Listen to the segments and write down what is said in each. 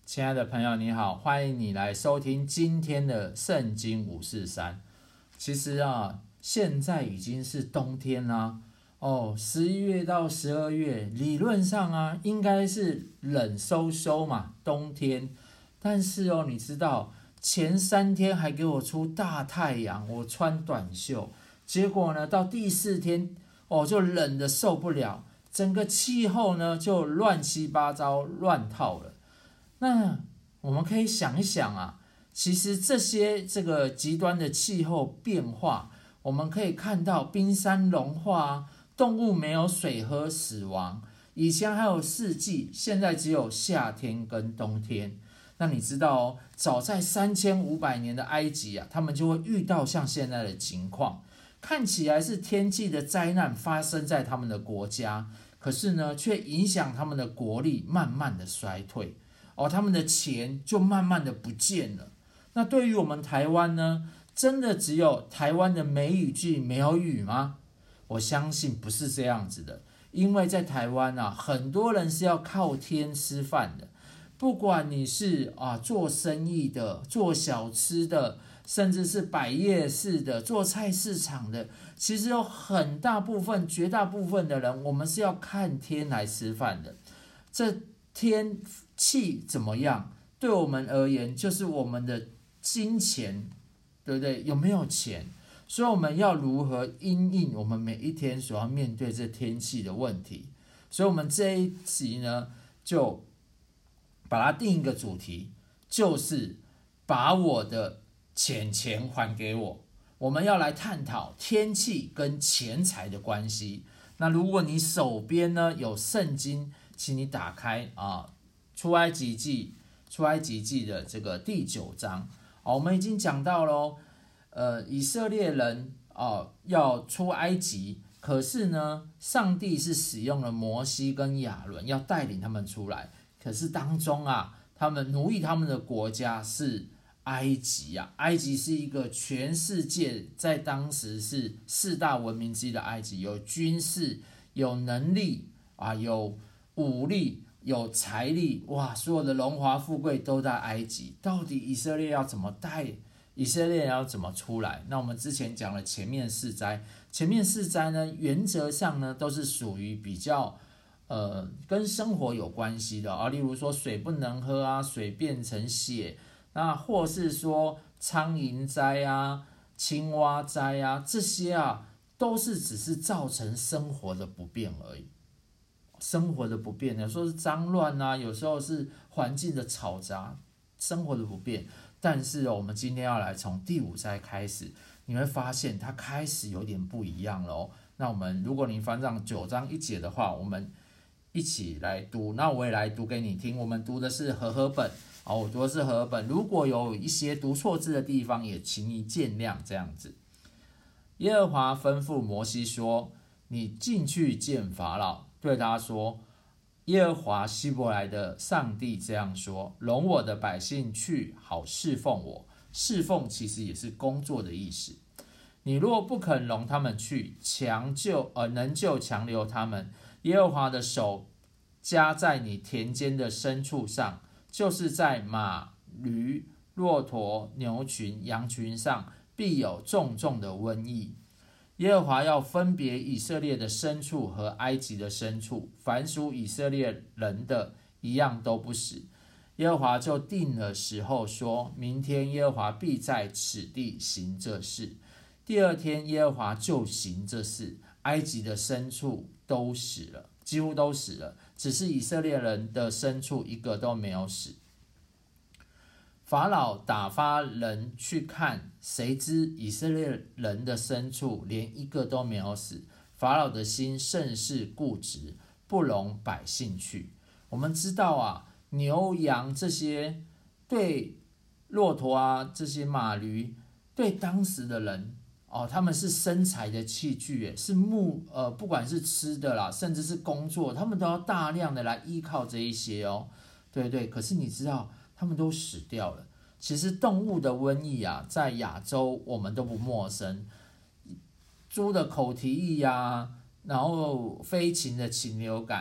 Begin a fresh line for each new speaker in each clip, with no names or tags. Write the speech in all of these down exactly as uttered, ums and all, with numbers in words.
亲爱的朋友，你好，欢迎你来收听今天的圣经五四三。其实啊，现在已经是冬天啦，哦，十一月到十二月，理论上啊，应该是冷飕飕嘛，冬天。但是哦，你知道前三天还给我出大太阳，我穿短袖，结果呢，到第四天哦，就冷得受不了，整个气候呢就乱七八糟，乱套了。那我们可以想一想啊，其实这些这个极端的气候变化，我们可以看到冰山融化啊，动物没有水喝死亡，以前还有四季，现在只有夏天跟冬天。那你知道哦，早在三千五百年的埃及啊，他们就会遇到像现在的情况，看起来是天气的灾难发生在他们的国家，可是呢，却影响他们的国力慢慢的衰退。哦，他们的钱就慢慢的不见了。那对于我们台湾呢，真的只有台湾的梅雨季没有雨吗？我相信不是这样子的，因为在台湾啊，很多人是要靠天吃饭的，不管你是啊做生意的、做小吃的，甚至是摆夜市的、做菜市场的，其实有很大部分、绝大部分的人，我们是要看天来吃饭的。这天气怎么样，对我们而言就是我们的金钱，对不对？有没有钱？所以我们要如何因应我们每一天所要面对这天气的问题？所以我们这一集呢，就把它定一个主题，就是把我的钱钱还给我。我们要来探讨天气跟钱财的关系。那如果你手边呢有圣经，请你打开啊，出埃及记，出埃及记的这个第九章，哦，我们已经讲到咯，呃，以色列人哦要出埃及，可是呢，上帝是使用了摩西跟亚伦要带领他们出来，可是当中啊，他们奴役他们的国家是埃及啊，埃及是一个全世界在当时是四大文明之一的埃及，有军事，有能力啊，有武力，有财力，哇，所有的荣华富贵都在埃及。到底以色列要怎么带？以色列要怎么出来？那我们之前讲了前面四灾，前面四灾呢，原则上呢都是属于比较呃跟生活有关系的啊，例如说水不能喝啊，水变成血，那或是说苍蝇灾啊、青蛙灾啊，这些啊都是只是造成生活的不便而已。生活的不便，有时候是脏乱啊，有时候是环境的嘈杂，生活的不便。但是、哦、我们今天要来从第五灾开始，你会发现它开始有点不一样了哦。那我们如果你翻上九章一节的话，我们一起来读。那我也来读给你听。我们读的是和合本，哦，我读的是和合本。如果有一些读错字的地方，也请你见谅。这样子，耶和华吩咐摩西说：“你进去见法老。”对他说：“耶和华希伯来的上帝这样说：容我的百姓去，好侍奉我。侍奉其实也是工作的意思。你若不肯容他们去，强救呃能救强留他们，耶和华的手加在你田间的牲畜上，就是在马、驴、骆驼、牛群、羊群上，必有重重的瘟疫。”耶和华要分别以色列的牲畜和埃及的牲畜，凡属以色列人的一样都不死。耶和华就定了时候，说明天耶和华必在此地行这事。第二天耶和华就行这事，埃及的牲畜都死了，几乎都死了，只是以色列人的牲畜一个都没有死。法老打发人去看，谁知以色列人的牲畜连一个都没有死。法老的心甚是固执，不容百姓去。我们知道啊，牛羊这些对骆驼啊，这些马驴，对当时的人哦，他们是生财的器具，是牧呃，不管是吃的啦，甚至是工作，他们都要大量的来依靠这一些哦，对对。可是你知道？他们都死掉了。其实动物的瘟疫啊，在亚洲我们都不陌生，猪的口蹄疫啊，然后飞禽的禽流感，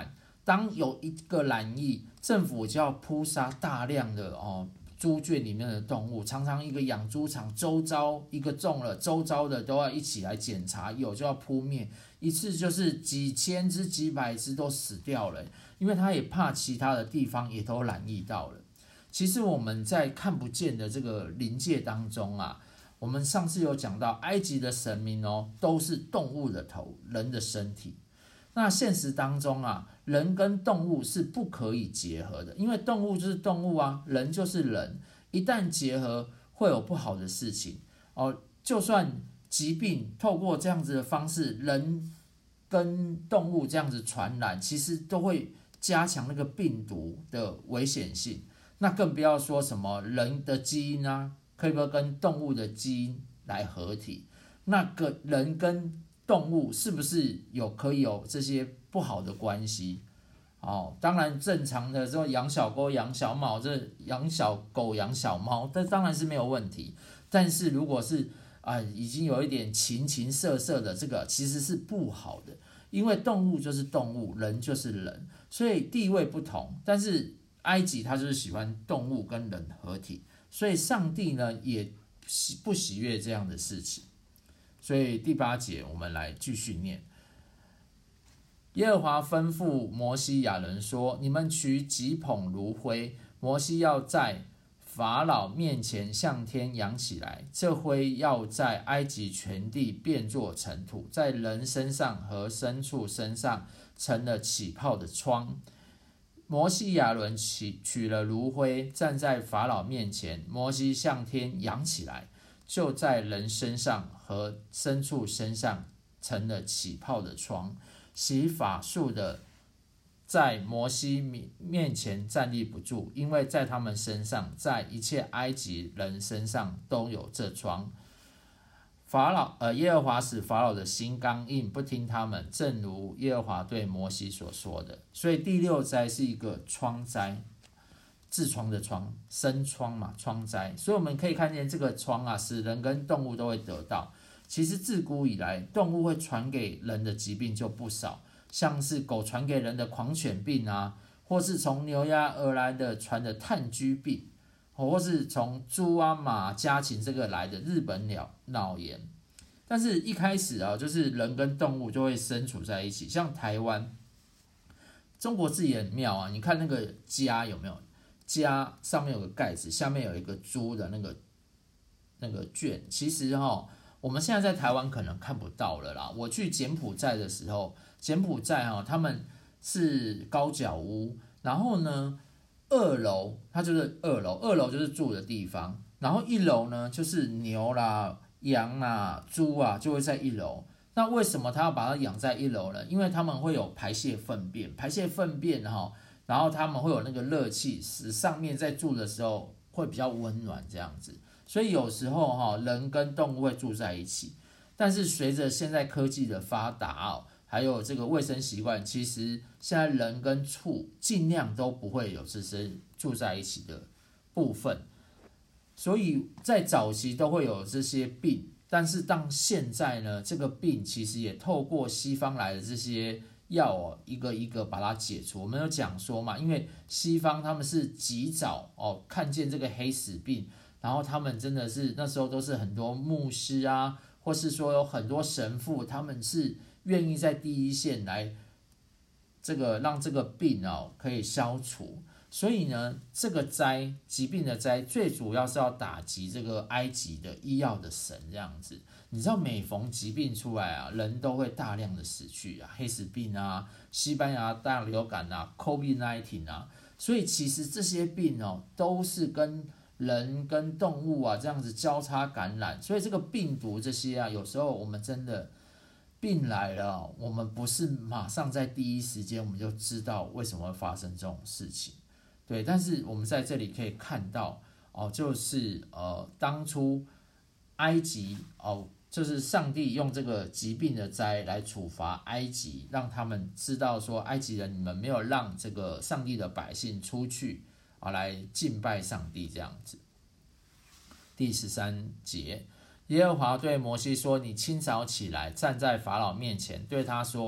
当有一个染疫，政府就要扑杀大量的哦猪圈里面的动物，常常一个养猪场周遭一个中了，周遭的都要一起来检查，有就要扑灭，一次就是几千只、几百只都死掉了，因为他也怕其他的地方也都染疫到了。其实我们在看不见的这个灵界当中啊，我们上次有讲到，埃及的神明哦，都是动物的头，人的身体。那现实当中啊，人跟动物是不可以结合的，因为动物就是动物啊，人就是人，一旦结合会有不好的事情哦。就算疾病透过这样子的方式，人跟动物这样子传染，其实都会加强那个病毒的危险性。那更不要说什么人的基因啊，可以不可以跟动物的基因来合体？那个人跟动物是不是有可以有这些不好的关系？哦，当然正常的说养小狗、养小猫，这养小狗、养小猫，这当然是没有问题。但是如果是啊、呃，已经有一点情情色色的，这个其实是不好的，因为动物就是动物，人就是人，所以地位不同。但是埃及他就是喜欢动物跟人合体，所以上帝呢也不喜悦这样的事情。所以第八节我们来继续念。耶和华吩咐摩西亚伦说：你们取几捧炉灰，摩西要在法老面前向天扬起来，这灰要在埃及全地变作尘土，在人身上和牲畜身上成了起泡的疮。摩西亚伦取取了炉灰，站在法老面前，摩西向天扬起来，就在人身上和牲畜身上成了起泡的疮。洗法术的在摩西面前站立不住，因为在他们身上，在一切埃及人身上都有这疮。法老呃，耶和华使法老的心刚硬，不听他们，正如耶和华对摩西所说的。所以第六灾是一个疮灾，痔疮的疮，生疮嘛，疮灾。所以我们可以看见这个疮啊，使人跟动物都会得到。其实自古以来，动物会传给人的疾病就不少，像是狗传给人的狂犬病啊，或是从牛鸭而来的传的炭疽病。或是从猪啊、马、家禽这个来的日本脑脑炎，但是一开始啊，就是人跟动物就会身处在一起。像台湾，中国字也很妙啊，你看那个家有没有？家上面有个盖子，下面有一个猪的那个那个圈。其实哈、哦，我们现在在台湾可能看不到了啦。我去柬埔寨的时候，柬埔寨哈、哦，他们是高脚屋，然后呢。二楼它就是二楼，二楼就是住的地方，然后一楼呢就是牛啦、羊啦、猪啊就会在一楼。那为什么他要把它养在一楼呢？因为他们会有排泄粪便，排泄粪便哈，然后他们会有那个热气，使上面在住的时候会比较温暖这样子。所以有时候哈，人跟动物会住在一起，但是随着现在科技的发达哦。还有这个卫生习惯，其实现在人跟畜尽量都不会有这些住在一起的部分，所以在早期都会有这些病，但是到现在呢，这个病其实也透过西方来的这些药哦，一个一个把它解除。我们有讲说嘛，因为西方他们是及早哦看见这个黑死病，然后他们真的是那时候都是很多牧师啊，或是说有很多神父，他们是。愿意在第一线来，这个让这个病哦可以消除，所以呢，这个灾疾病的灾最主要是要打击这个埃及的医药的神这样子。你知道每逢疾病出来啊，人都会大量的死去啊，黑死病啊、西班牙大流感啊、COVID 十九 啊，所以其实这些病哦都是跟人跟动物啊这样子交叉感染，所以这个病毒这些啊，有时候我们真的。病来了，我们不是马上在第一时间我们就知道为什么会发生这种事情，对。但是我们在这里可以看到，哦，就是呃，当初埃及哦，就是上帝用这个疾病的灾来处罚埃及，让他们知道说，埃及人你们没有让这个上帝的百姓出去啊，来敬拜上帝这样子。第十三节。耶和华对摩西说：“你清早起来，站在法老面前，对他说：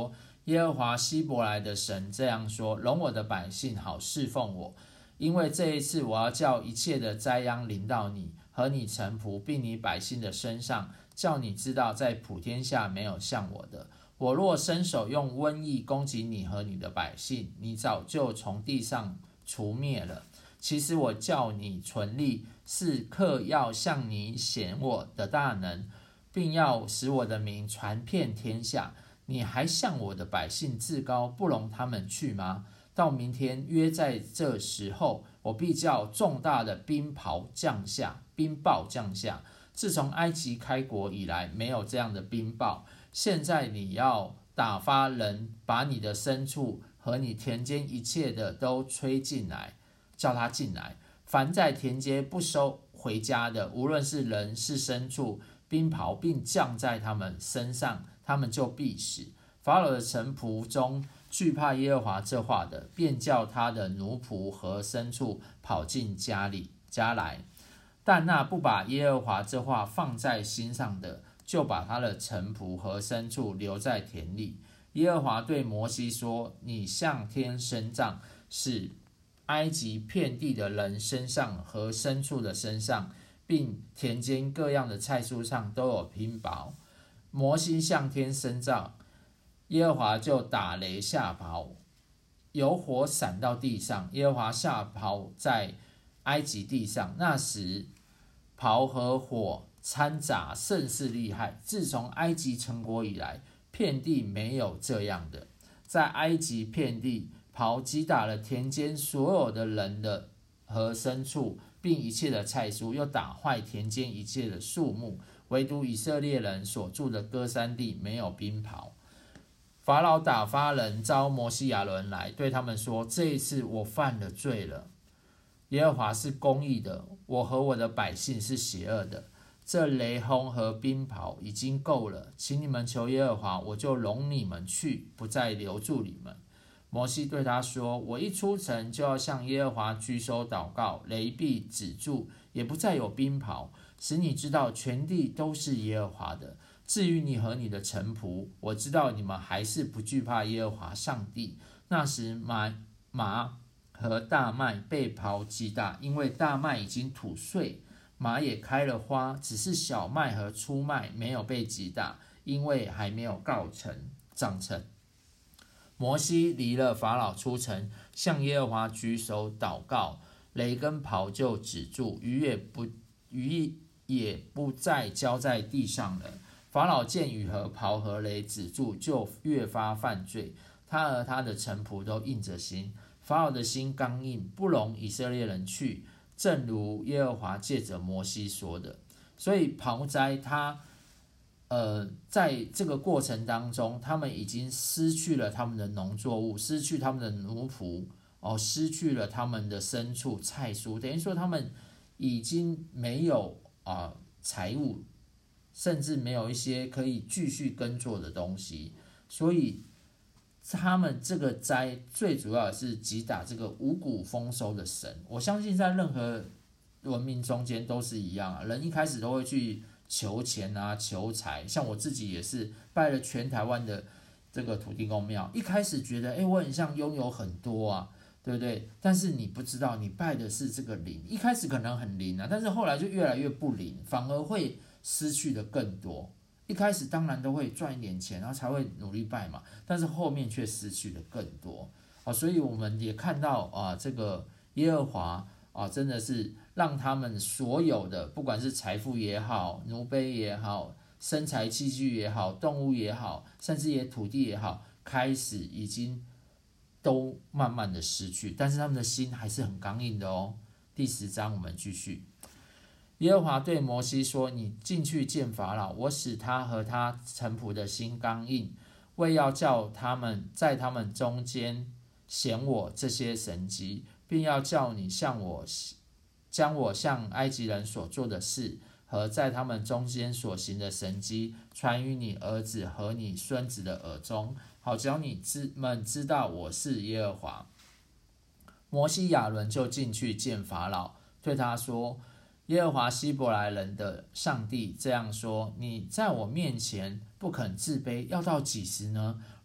耶和华希伯来的神这样说：容我的百姓好侍奉我，因为这一次我要叫一切的灾殃临到你和你臣仆并你百姓的身上，叫你知道在普天下没有像我的。我若伸手用瘟疫攻击你和你的百姓，你早就从地上除灭了。其实我叫你存立，是刻要向你显我的大能，并要使我的名传遍天下。你还向我的百姓自高，不容他们去吗？到明天约在这时候，我必叫重大的冰雹降下，冰雹降下。自从埃及开国以来，没有这样的冰雹。现在你要打发人，把你的牲畜和你田间一切的都吹进来，叫他进来。凡在田间不收回家的，无论是人是牲畜，冰雹并降在他们身上，他们就必死。法老的臣仆中惧怕耶和华这话的，便叫他的奴仆和牲畜跑进家里家来。但那不把耶和华这话放在心上的，就把他的臣仆和牲畜留在田里。耶和华对摩西说：你向天伸杖，使埃及遍地的人身上和牲畜的身上，并田间各样的菜蔬上都有冰雹。摩西向天伸杖，耶和华就打雷下雹，有火闪到地上。耶和华下雹在埃及地上，那时雹和火掺杂，甚是厉害。自从埃及成国以来，遍地没有这样的。在埃及遍地，雹击打了田间所有的人的和牲畜，并一切的菜蔬，又打坏田间一切的树木。唯独以色列人所住的歌珊地没有冰雹。法老打发人招摩西亚伦来，对他们说：这一次我犯了罪了。耶和华是公义的，我和我的百姓是邪恶的。这雷轰和冰雹已经够了，请你们求耶和华，我就容你们去，不再留住你们。摩西对他说：我一出城就要向耶和华举手祷告，雷必止住，也不再有冰雹，使你知道全地都是耶和华的。至于你和你的臣仆，我知道你们还是不惧怕耶和华上帝。那时麻麻和大麦被雹击打，因为大麦已经吐穗，麻也开了花，只是小麦和粗麦没有被击打，因为还没有告成长成。摩西离了法老出城，向耶和华举手祷告，雷跟雹就止住，雨也不雨也不再浇在地上了。法老见雨和雹和雷止住，就越发犯罪，他和他的臣仆都硬着心。法老的心刚硬，不容以色列人去，正如耶和华借着摩西说的。所以雹灾他呃，在这个过程当中，他们已经失去了他们的农作物，失去他们的奴仆，哦，失去了他们的牲畜、菜蔬，等于说他们已经没有啊、呃、财物，甚至没有一些可以继续耕作的东西，所以他们这个灾最主要的是击打这个五谷丰收的神。我相信在任何文明中间都是一样啊，人一开始都会去求钱啊、求财，像我自己也是拜了全台湾的这个土地公庙，一开始觉得，哎，我很像拥有很多啊，对不对？但是你不知道，你拜的是这个灵，一开始可能很灵啊，但是后来就越来越不灵，反而会失去的更多。一开始当然都会赚一点钱，然后才会努力拜嘛，但是后面却失去的更多。哦，所以我们也看到啊，这个耶和华啊，真的是让他们所有的，不管是财富也好，奴婢也好，生财器具也好，动物也好，甚至也土地也好，开始已经都慢慢的失去，但是他们的心还是很刚硬的哦。第十章我们继续。耶和华对摩西说：你进去见法老，我使他和他臣仆的心刚硬，为要叫他们在他们中间显我这些神迹，并要叫你向我将我向埃及人所做的事和在他们中间所行的神迹传于你儿子和你孙子的耳中，好叫你们知道我是耶和华。摩西亚伦就进去见法老，对他说：耶和华希伯来人的上帝这样说：你在我面前不肯自卑，要到几时呢？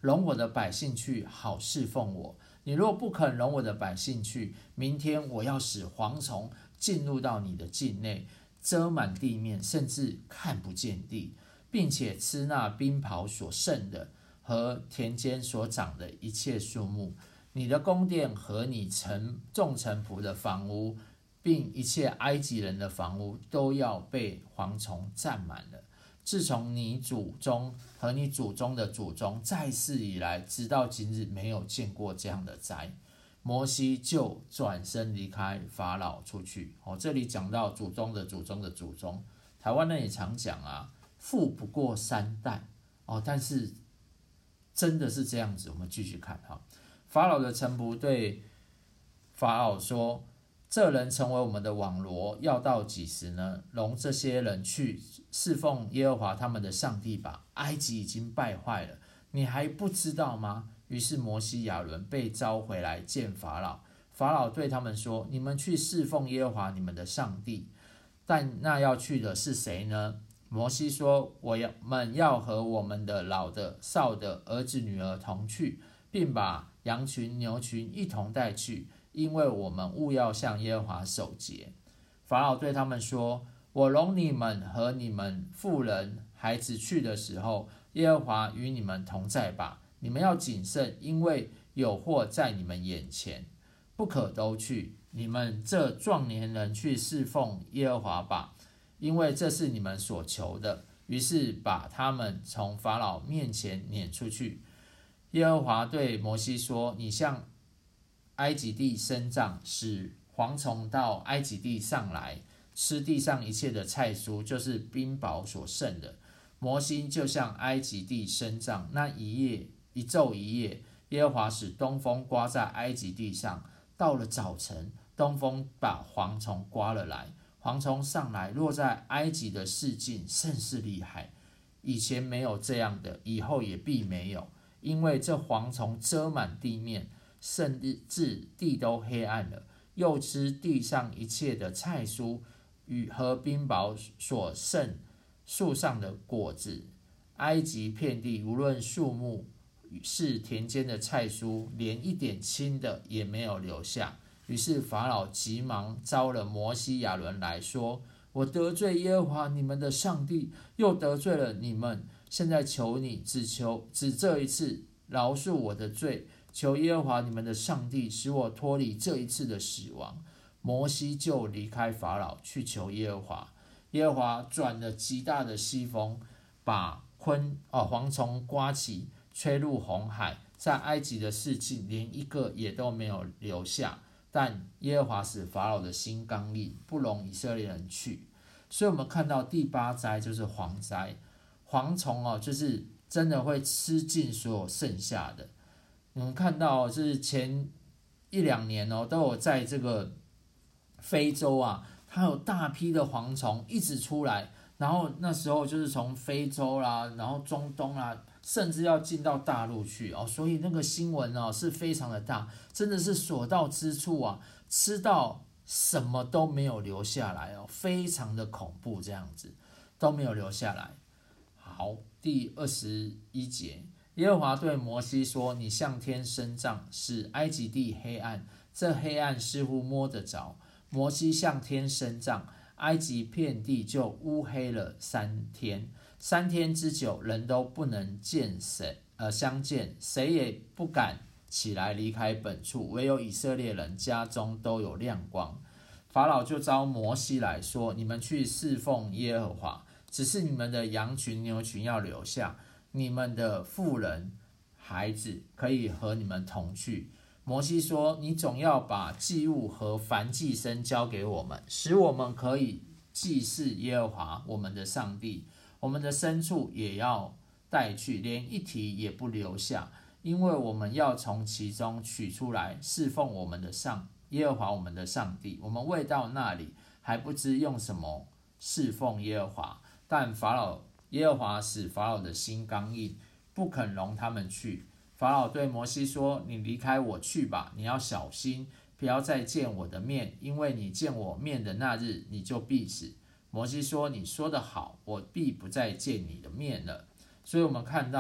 容我的百姓去，好侍奉我。你若不肯容我的百姓去，明天我要使蝗虫进入到你的境内，遮满地面，甚至看不见地，并且吃那冰雹所剩的和田间所长的一切树木。你的宫殿和你城众臣仆的房屋，并一切埃及人的房屋，都要被蝗虫占满了。自从你祖宗和你祖宗的祖宗在世以来，直到今日，没有见过这样的灾。摩西就转身离开法老出去。哦，这里讲到祖宗的祖宗的祖宗，台湾人也常讲啊，富不过三代。哦，但是真的是这样子。我们继续看哈，法老的臣仆对法老说：“这人成为我们的网罗，要到几时呢？容这些人去侍奉耶和华他们的上帝吧。埃及已经败坏了，你还不知道吗？”于是摩西亚伦被召回来见法老。法老对他们说：“你们去侍奉耶和华你们的上帝。但那要去的是谁呢？”摩西说：“我们要和我们的老的、少的儿子、女儿同去，并把羊群、牛群一同带去。因为我们务要向耶和华守节。”法老对他们说：“我容你们和你们妇人、孩子去的时候，耶和华与你们同在吧。你们要谨慎，因为有祸在你们眼前，不可都去。你们这壮年人去侍奉耶和华吧，因为这是你们所求的。”于是把他们从法老面前撵出去。耶和华对摩西说：“你向埃及地生长，使蝗虫到埃及地上来，吃地上一切的菜蔬，就是冰雹所剩的。”摩西就向埃及地生长，那一夜一昼一夜，耶和华使东风刮在埃及地上。到了早晨，东风把蝗虫刮了来，蝗虫上来落在埃及的四境，甚是厉害。以前没有这样的，以后也必没有，因为这蝗虫遮满地面，甚至地都黑暗了，又吃地上一切的菜蔬与和冰雹所剩树上的果子。埃及遍地无论树木是田间的菜蔬，连一点青的也没有留下。于是法老急忙招了摩西亚伦来说：“我得罪耶和华你们的上帝，又得罪了你们。现在求你，只求只这一次饶恕我的罪，求耶和华你们的上帝使我脱离这一次的死亡。”摩西就离开法老去求耶和华。耶和华转了极大的西风，把昆哦蝗虫刮起，吹入红海，在埃及的四境连一个也都没有留下。但耶和华使法老的心刚硬，不容以色列人去。所以我们看到第八灾就是蝗灾，蝗虫哦，就是真的会吃尽所有剩下的。我们看到就是前一两年哦，都有在这个非洲啊，它有大批的蝗虫一直出来，然后那时候就是从非洲啦，然后中东啦，甚至要进到大陆去哦，所以那个新闻哦是非常的大，真的是所到之处啊，吃到什么都没有留下来哦，非常的恐怖，这样子都没有留下来。好，第二十一节，耶和华对摩西说：“你向天伸杖，使埃及地黑暗，这黑暗似乎摸得着。”摩西向天伸杖，埃及遍地就乌黑了三天。三天之久，人都不能见谁，呃，相见，谁也不敢起来离开本处，唯有以色列人家中都有亮光。法老就召摩西来说：“你们去侍奉耶和华，只是你们的羊群、牛群要留下，你们的妇人、孩子可以和你们同去。”摩西说：“你总要把祭物和燔祭牲交给我们，使我们可以祭祀耶和华我们的上帝。我们的牲畜也要带去，连一蹄也不留下，因为我们要从其中取出来侍奉我们的上耶和华我们的上帝。我们未到那里，还不知用什么侍奉耶和华。”但法老耶和华使法老的心刚硬，不肯容他们去。法老对摩西说：“你离开我去吧，你要小心，不要再见我的面，因为你见我面的那日，你就必死。”摩西说：“你说得好，我必不再见你的面了。”所以我们看到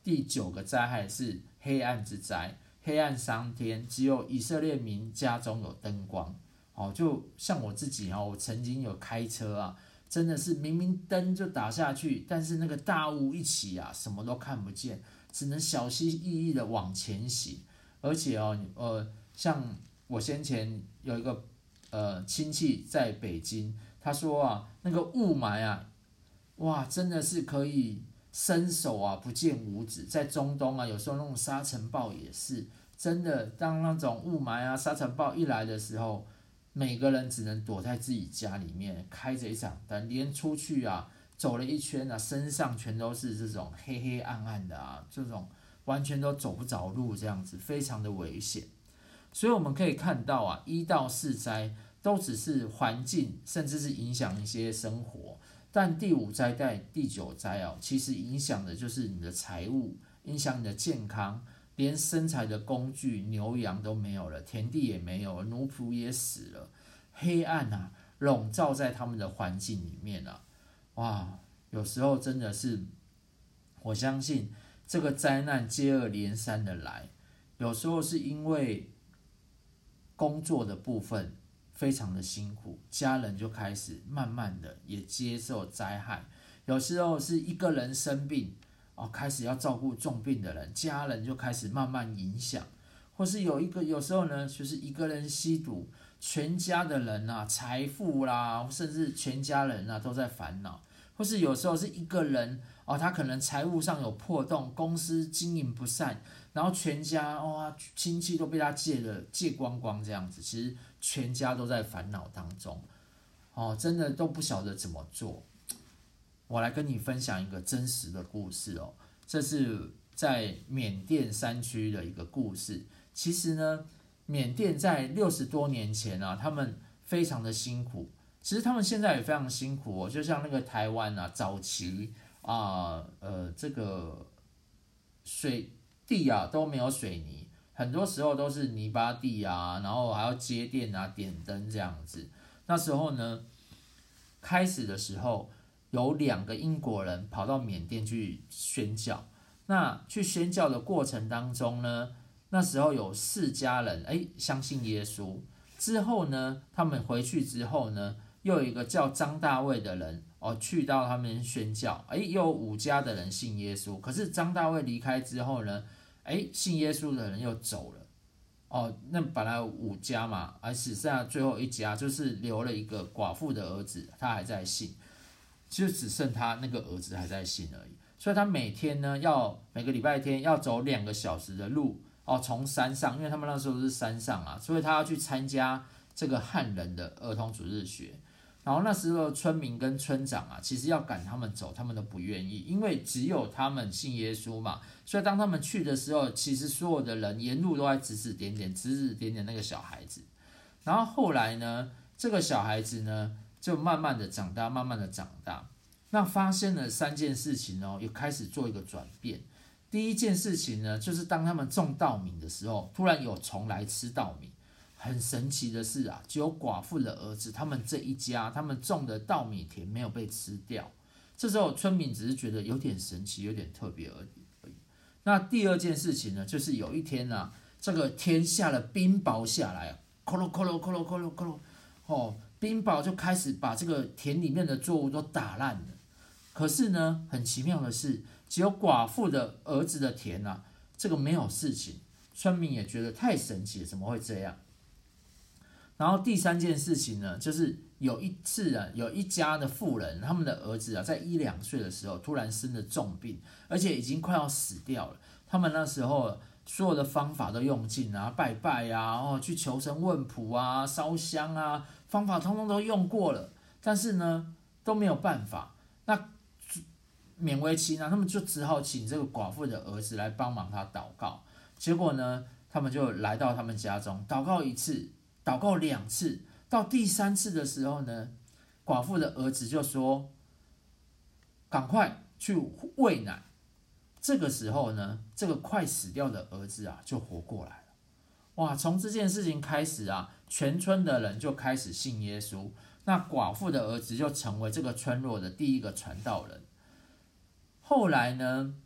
第九个灾害是黑暗之灾，黑暗三天，只有以色列民家中有灯光。哦，就像我自己啊，我曾经有开车啊，真的是明明灯就打下去，但是那个大雾一起啊，什么都看不见，只能小心翼翼的往前行。而且哦，呃，像我先前有一个呃亲戚在北京，他说啊，那个雾霾啊，哇，真的是可以伸手啊不见五指。在中东啊，有时候那种沙尘暴也是真的，当那种雾霾啊沙尘暴一来的时候，每个人只能躲在自己家里面，开着一盏灯，连出去啊走了一圈啊，身上全都是这种黑黑暗暗的啊，这种完全都走不着路，这样子非常的危险。所以我们可以看到啊，一到四灾都只是环境，甚至是影响一些生活，但第五灾带第九灾哦，其实影响的就是你的财务，影响你的健康。连生财的工具牛羊都没有了，田地也没有了，奴仆也死了，黑暗啊笼罩在他们的环境里面啊，哇，有时候真的是，我相信这个灾难接二连三的来，有时候是因为工作的部分非常的辛苦，家人就开始慢慢的也接受灾害，有时候是一个人生病。哦，开始要照顾重病的人，家人就开始慢慢影响，或是有一个有时候呢，就是一个人吸毒，全家的人啊，财富啦，甚至全家人啊都在烦恼，或是有时候是一个人哦，他可能财务上有破洞，公司经营不善，然后全家哇、哦、亲戚都被他借了借光光这样子，其实全家都在烦恼当中，哦，真的都不晓得怎么做。我来跟你分享一个真实的故事哦，这是在缅甸山区的一个故事。其实呢，缅甸在六十多年前啊，他们非常的辛苦。其实他们现在也非常辛苦哦，就像那个台湾啊，早期啊，呃，这个水地啊都没有水泥，很多时候都是泥巴地啊，然后还要接电啊、点灯这样子。那时候呢，开始的时候。有两个英国人跑到缅甸去宣教，那去宣教的过程当中呢，那时候有四家人哎相信耶稣，之后呢，他们回去之后呢，又有一个叫张大卫的人哦去到他们宣教，哎又有五家的人信耶稣，可是张大卫离开之后呢，哎信耶稣的人又走了，哦那本来有五家嘛，而只剩下最后一家就是留了一个寡妇的儿子，他还在信。就只剩他那个儿子还在信而已，所以他每天呢要每个礼拜天要走两个小时的路哦，从山上，因为他们那时候是山上啊，所以他要去参加这个汉人的儿童主日学。然后那时候村民跟村长啊，其实要赶他们走，他们都不愿意，因为只有他们信耶稣嘛，所以当他们去的时候，其实所有的人沿路都在指指点点，指指点点那个小孩子。然后后来呢，这个小孩子呢。就慢慢的长大，慢慢的长大，那发生了三件事情哦，也开始做一个转变。第一件事情呢，就是当他们种稻米的时候，突然有虫来吃稻米。很神奇的是啊，只有寡妇的儿子，他们这一家，他们种的稻米田没有被吃掉。这时候村民只是觉得有点神奇，有点特别而已。那第二件事情呢，就是有一天啊，这个天下了冰雹下来，咕噜咕噜咕噜咕噜咕噜，哦。冰雹就开始把这个田里面的作物都打烂了，可是呢，很奇妙的是，只有寡妇的儿子的田啊，这个没有事情。村民也觉得太神奇了，怎么会这样？然后第三件事情呢，就是有一次啊，有一家的妇人，他们的儿子啊，在一两岁的时候突然生了重病，而且已经快要死掉了。他们那时候所有的方法都用尽啊，拜拜啊，哦，去求神问卜啊，烧香啊。方法通通都用过了，但是呢都没有办法，那勉为其难，他们就只好请这个寡妇的儿子来帮忙他祷告。结果呢，他们就来到他们家中祷告一次，祷告两次，到第三次的时候呢，寡妇的儿子就说：“赶快去喂奶。”这个时候呢，这个快死掉的儿子啊就活过来了。哇！从这件事情开始啊，全村的人就开始信耶稣。那寡妇的儿子就成为这个村落的第一个传道人。后来呢，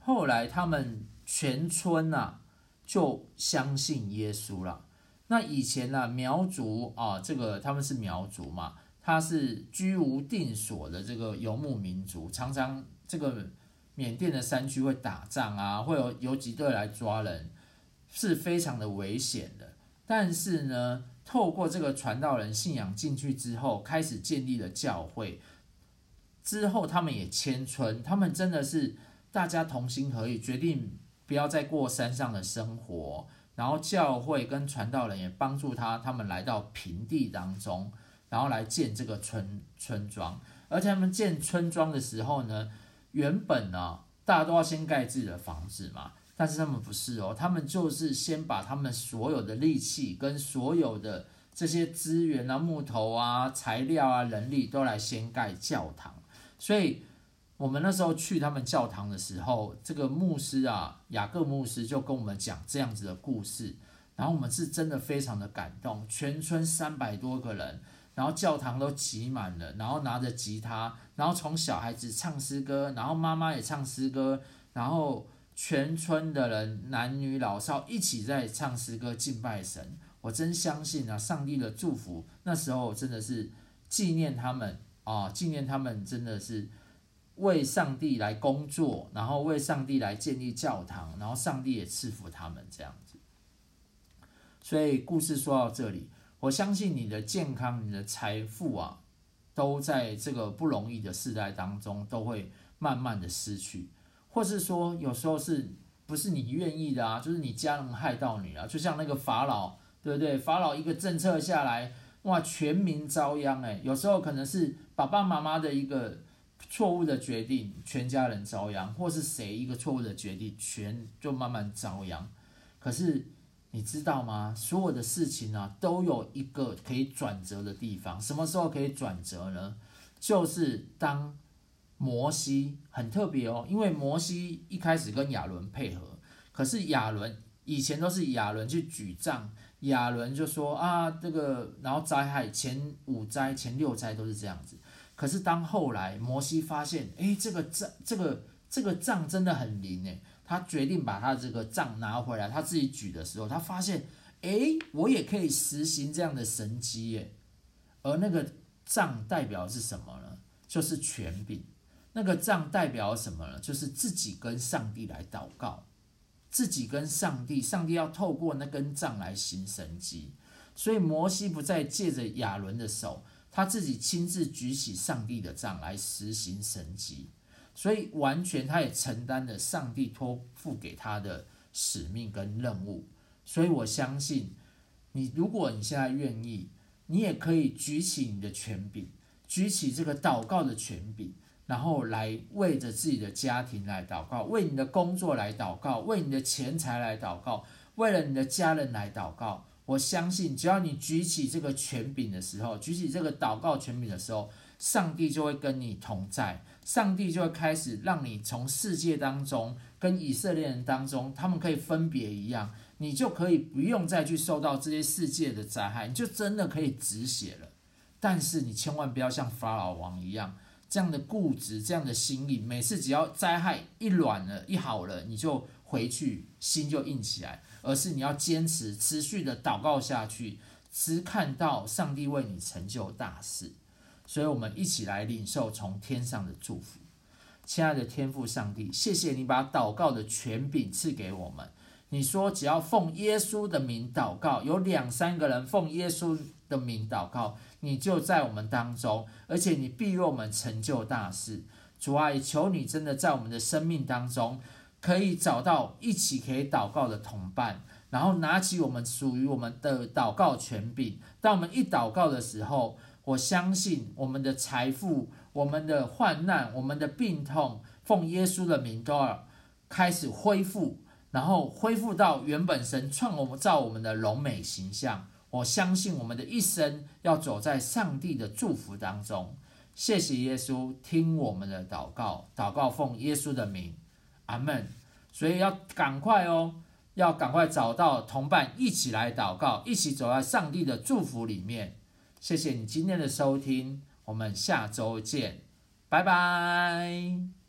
后来他们全村啊就相信耶稣了。那以前啊苗族啊，这个他们是苗族嘛，他是居无定所的这个游牧民族，常常这个缅甸的山区会打仗啊，会有游击队来抓人，是非常的危险的。但是呢，透过这个传道人信仰进去之后，开始建立了教会，之后他们也迁村，他们真的是大家同心合意，决定不要再过山上的生活，然后教会跟传道人也帮助他，他们来到平地当中，然后来建这个村村庄。而且他们建村庄的时候呢，原本呢、啊、大家都要先盖自己的房子嘛，但是他们不是哦，他们就是先把他们所有的力气跟所有的这些资源啊、木头啊、材料啊、人力都来先盖教堂。所以我们那时候去他们教堂的时候，这个牧师啊，雅各牧师就跟我们讲这样子的故事，然后我们是真的非常的感动，全村三百多个人，然后教堂都挤满了，然后拿着吉他，然后从小孩子唱诗歌，然后妈妈也唱诗歌，然后全村的人男女老少一起在唱诗歌敬拜神。我真相信啊，上帝的祝福那时候真的是纪念他们啊，纪念他们真的是为上帝来工作，然后为上帝来建立教堂，然后上帝也赐福他们这样子。所以故事说到这里，我相信你的健康、你的财富啊，都在这个不容易的世代当中都会慢慢的失去，或是说有时候是不是你愿意的啊？就是你家人害到你啊，就像那个法老，对不对？法老一个政策下来，哇，全民遭殃哎。有时候可能是爸爸妈妈的一个错误的决定，全家人遭殃，或是谁一个错误的决定，全就慢慢遭殃。可是你知道吗？所有的事情啊，都有一个可以转折的地方。什么时候可以转折呢？就是当摩西很特别哦，因为摩西一开始跟亚伦配合，可是亚伦以前都是亚伦去举杖，亚伦就说啊这个，然后灾害前五灾、前六灾都是这样子。可是当后来摩西发现，哎，这个杖这个这个杖真的很灵哎，他决定把他这个杖拿回来，他自己举的时候，他发现，哎，我也可以实行这样的神迹耶。而那个杖代表的是什么呢？就是权柄。那个杖代表什么呢？就是自己跟上帝来祷告，自己跟上帝，上帝要透过那根杖来行神迹。所以摩西不再借着亚伦的手，他自己亲自举起上帝的杖来实行神迹。所以完全他也承担了上帝托付给他的使命跟任务。所以我相信你，如果你现在愿意，你也可以举起你的权柄，举起这个祷告的权柄，然后来为着自己的家庭来祷告，为你的工作来祷告，为你的钱财来祷告，为了你的家人来祷告。我相信只要你举起这个权柄的时候，举起这个祷告权柄的时候，上帝就会跟你同在，上帝就会开始让你从世界当中跟以色列人当中他们可以分别一样，你就可以不用再去受到这些世界的灾害，你就真的可以止血了。但是你千万不要像法老王一样，这样的固执，这样的心意，每次只要灾害一软了一好了，你就回去心就硬起来，而是你要坚持持续的祷告下去，只看到上帝为你成就大事。所以我们一起来领受从天上的祝福。亲爱的天父上帝，谢谢你把祷告的权柄赐给我们。你说只要奉耶稣的名祷告，有两三个人奉耶稣的名祷告，你就在我们当中，而且你必为我们成就大事。主啊，也求你真的在我们的生命当中，可以找到一起可以祷告的同伴，然后拿起我们属于我们的祷告权柄。当我们一祷告的时候，我相信我们的财富、我们的患难、我们的病痛，奉耶稣的名都要开始恢复，然后恢复到原本神创我们造我们的荣美形象。我相信我们的一生要走在上帝的祝福当中。谢谢耶稣，听我们的祷告，祷告奉耶稣的名，阿们。所以要赶快哦，要赶快找到同伴，一起来祷告，一起走在上帝的祝福里面。谢谢你今天的收听，我们下周见，拜拜。